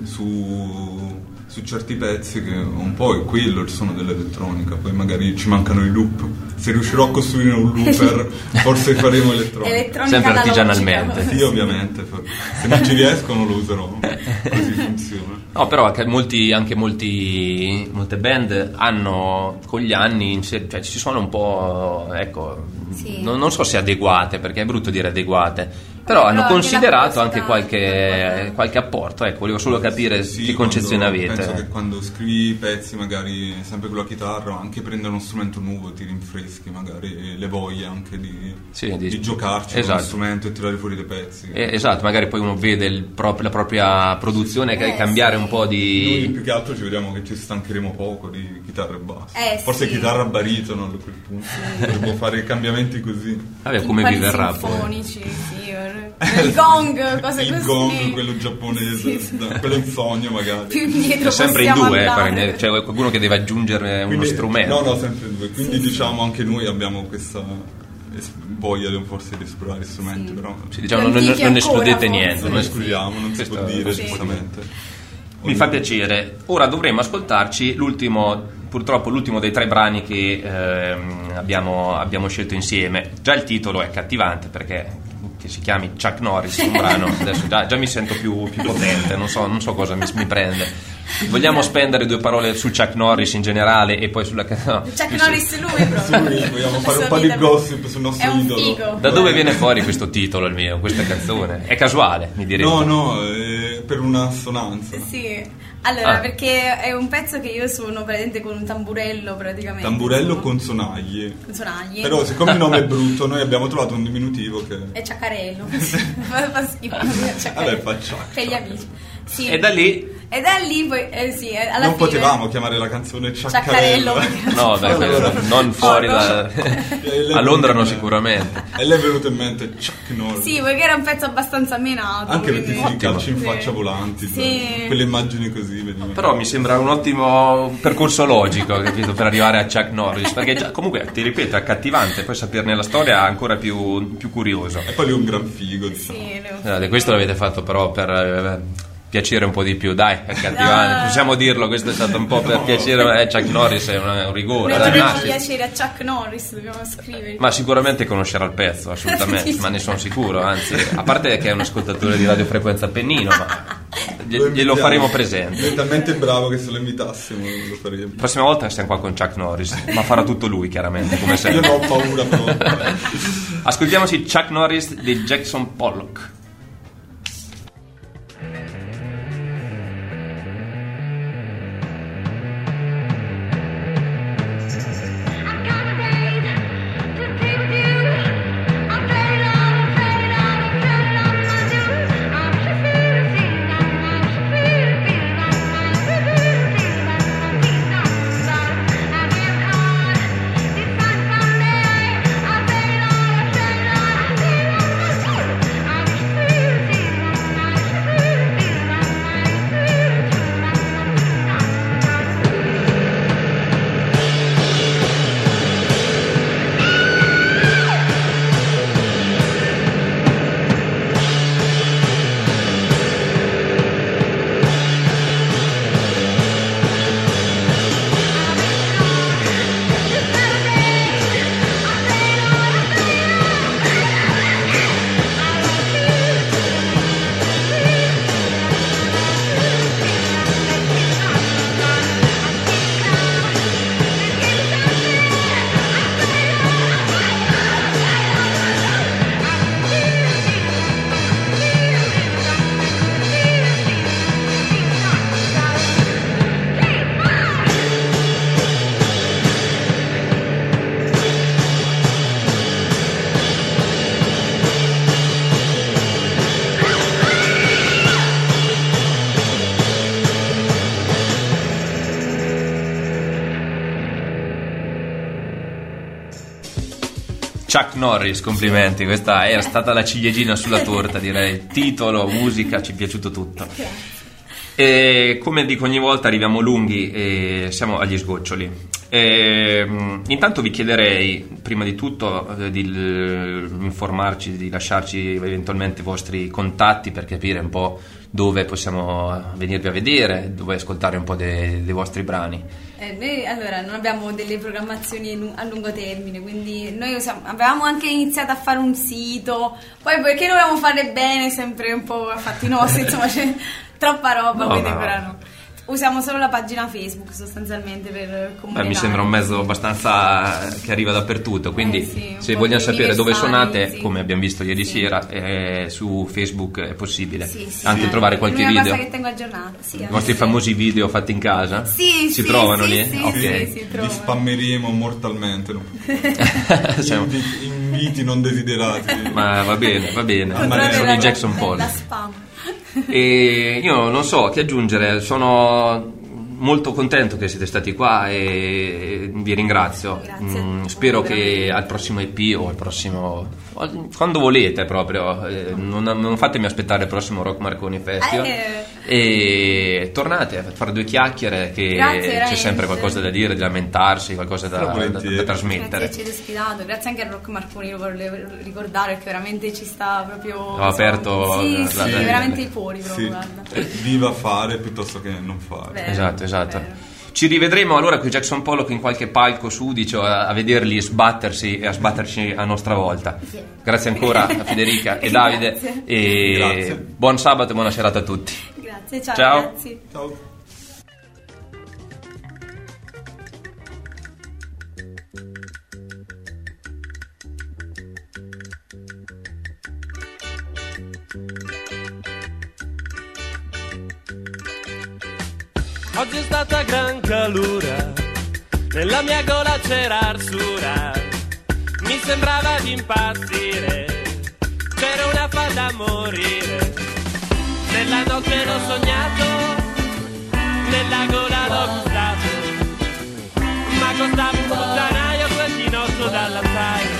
D: su certi pezzi che un po' è quello il suono dell'elettronica, poi magari ci mancano i loop. Se riuscirò a costruire un looper forse faremo elettronica
F: sempre artigianalmente.
D: Sì, ovviamente, se non ci riesco non lo userò, così funziona.
F: No, però molte band hanno con gli anni, cioè ci suona un po', ecco,
C: sì.
F: non so se adeguate, perché è brutto dire adeguate, però hanno considerato anche qualche apporto, ecco, volevo solo capire che concezione avete.
D: Penso che quando scrivi pezzi, magari sempre con la chitarra, anche prendere uno strumento nuovo ti rinfreschi magari le voglie anche di giocarci con lo strumento e tirare fuori dei pezzi.
F: Esatto, magari poi uno vede la propria produzione cambiare un po' di...
D: Noi più che altro ci vediamo che ci stancheremo poco di chitarra e basso.
C: sì.
D: Forse chitarra baritono a quel punto. Devo fare cambiamenti così.
F: Vabbè, come vi verrà poi?
C: Il gong, cose
D: il
C: così.
D: Gong, quello giapponese,
C: sì.
D: quello in sogno magari.
C: Più indietro
F: sempre in due, c'è qualcuno che deve aggiungere uno strumento.
D: No, sempre in due. Quindi diciamo anche noi abbiamo questa voglia forse di esplorare strumenti, però
F: diciamo non escludete niente.
D: Non escludiamo, non si può dire giustamente.
F: Mi fa piacere. Ora dovremmo ascoltarci l'ultimo purtroppo l'ultimo dei 3 brani che abbiamo scelto insieme. Già il titolo è accattivante, perché che si chiami Chuck Norris, un brano, adesso già mi sento più potente, non so cosa mi prende. Vogliamo spendere 2 parole su Chuck Norris in generale e poi sulla
C: Chuck Norris lui proprio.
D: Sì, vogliamo fare un po' di gossip sul nostro
C: è un
D: idolo.
C: figo.
F: Da dove viene fuori questo titolo, il mio, questa canzone? È casuale, mi direi.
D: No, è per una assonanza.
C: Sì. Allora,
F: Ah.
C: perché è un pezzo che io suono praticamente con un tamburello praticamente.
D: Tamburello
C: insomma.
D: con sonagli.
C: Con sonagli.
D: Però siccome il nome è brutto, noi abbiamo trovato un diminutivo che...
C: È ciaccarello. fa schifo. Ciaccarello.
D: Vabbè, fa ciac.
C: Per gli amici. Sì.
F: E da lì
C: E da lì poi, sì, alla
D: Non
C: fine...
D: potevamo chiamare la canzone
C: Ciaccarello.
D: Ciaccarello.
F: no, beh, quello non fuori da a Londra non sicuramente.
D: E lei è venuto in mente Chuck Norris.
C: Sì, perché era un pezzo abbastanza menato.
D: Anche perché
C: quindi-
D: si calci in
C: Sì.
D: faccia volanti.
C: Sì.
D: Quelle immagini così. vediamo.
F: Però mi sembra un ottimo percorso logico, capito, per arrivare a Chuck Norris, perché già, comunque, ti ripeto, è accattivante, poi saperne la storia è ancora più curioso.
D: E poi lui è un gran figo, diciamo.
C: Sì,
F: Questo l'avete fatto però per piacere un po' di più, dai, è accattivante, possiamo dirlo, questo è stato un po' per piacere, Chuck Norris è un rigore,
C: noi
F: dai,
C: dobbiamo
F: ma,
C: piacere a Chuck Norris, dobbiamo scrivere.
F: ma sicuramente conoscerà il pezzo, assolutamente, ma ne sono sicuro, anzi, a parte che è un ascoltatore di radiofrequenza Appennino, ma glielo faremo presente.
D: È talmente bravo che se lo invitassimo lo faremo.
F: La prossima volta stiamo qua con Chuck Norris, ma farà tutto lui chiaramente, come
D: Io
F: sempre.
D: non ho paura però.
F: Ascoltiamoci Chuck Norris di Jackson Pollock. Chuck Norris, complimenti, questa è stata la ciliegina sulla torta, direi. Titolo, musica, ci è piaciuto tutto. E come dico ogni volta, arriviamo lunghi e siamo agli sgoccioli. Intanto vi chiederei, prima di tutto, di informarci, di lasciarci eventualmente i vostri contatti per capire un po' dove possiamo venirvi a vedere, dove ascoltare un po' dei vostri brani.
C: Noi allora non abbiamo delle programmazioni a lungo termine, quindi noi avevamo anche iniziato a fare un sito, poi perché dovevamo fare bene, sempre un po' a fatti nostri, insomma c'è troppa roba,
F: No,
C: quindi
F: no.
C: ancora no. Usiamo solo la pagina Facebook sostanzialmente per comunicare.
F: Mi sembra un mezzo abbastanza che arriva dappertutto, quindi
C: sì, un
F: se
C: po'
F: vogliamo sapere dove
C: universali,
F: suonate,
C: sì.
F: come abbiamo visto ieri
C: Sì.
F: sera, su Facebook è possibile
C: Sì, sì,
F: anche
C: sì.
F: trovare qualche
C: L'unica
F: video.
C: cosa che tengo aggiornata, sì,
F: I vostri
C: sì.
F: famosi video fatti in casa?
C: Sì,
F: si
C: sì,
F: trovano
C: sì,
F: lì?
C: sì,
F: Ok.
C: sì, si
D: Li
C: trovano.
D: spammeremo mortalmente. No?
F: Siamo-
D: Inviti non desiderati.
F: Ma va bene,
C: Controllare
F: sono
C: la-
F: i Jackson
C: la
F: Pollock.
C: spam.
F: E io non so che aggiungere, sono molto contento che siete stati qua e vi ringrazio.
C: Grazie a voi,
F: Spero che
C: veramente.
F: al prossimo EP o al prossimo, quando volete proprio, non fatemi aspettare il prossimo Rock Marconi Festival e tornate a fare due chiacchiere, che
C: Grazie,
F: c'è
C: veramente.
F: sempre qualcosa da dire, da lamentarsi, qualcosa da
D: Volentieri.
C: Grazie
F: trasmettere.
C: che ci avete ospitato, grazie anche al Rock Marconi, lo volevo ricordare perché veramente ci sta proprio...
F: Ho aperto
C: Sì,
F: la-
C: sì,
F: la-
C: veramente i cuori proprio,
D: Sì.
C: guarda.
D: Viva fare piuttosto che non fare.
C: Vero,
F: Esatto.
C: vero.
F: Ci rivedremo allora con Jackson Pollock in qualche palco sudicio a vederli sbattersi e a sbatterci a nostra volta.
C: Sì.
F: Grazie ancora a Federica e Davide.
C: Grazie.
F: E
D: Grazie.
F: buon sabato e buona serata a tutti.
C: Grazie, ciao,
F: Ciao.
C: ragazzi.
D: Ciao.
G: Oggi è stata gran calura, nella mia gola c'era arsura, mi sembrava di impazzire, c'era una fa da morire. Nella notte l'ho sognato, nella gola l'ho gustato, ma costava un puttanaio quel chinotto dall'acciaio.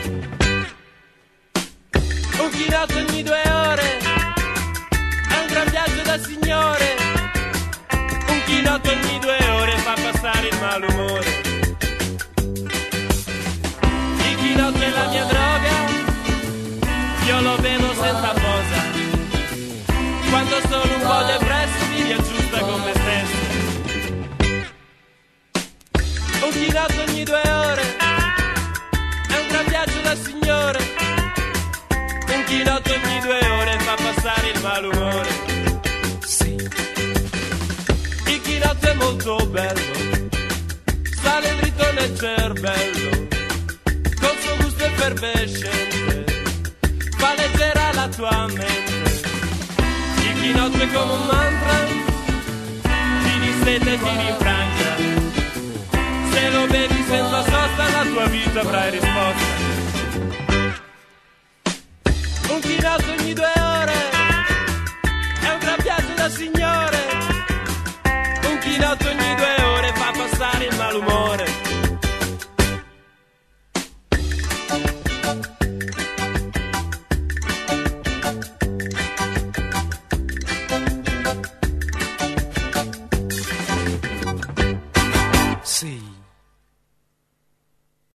G: Un chinotto ogni 2 ore, è un gran viaggio da signore. Un chinotto ogni 2 ore fa passare il malumore. Il chinotto è la mia droga, io lo bevo senza posa. Quando sono un po' depresso mi riaggiusta con me stesso. Un chinotto ogni 2 ore, è un gran viaggio da signore. Un chinotto ogni 2 ore fa passare il malumore. Il chinotto è molto bello, sale dritto nel cervello, col suo gusto effervescente, fa leggera la tua mente. Il chinotto è come un mantra, ti disseta e ti rinfranca. Se lo bevi senza sosta la tua vita avrai risposta. Un chinotto ogni 2 ore, è un gran piatto da signore.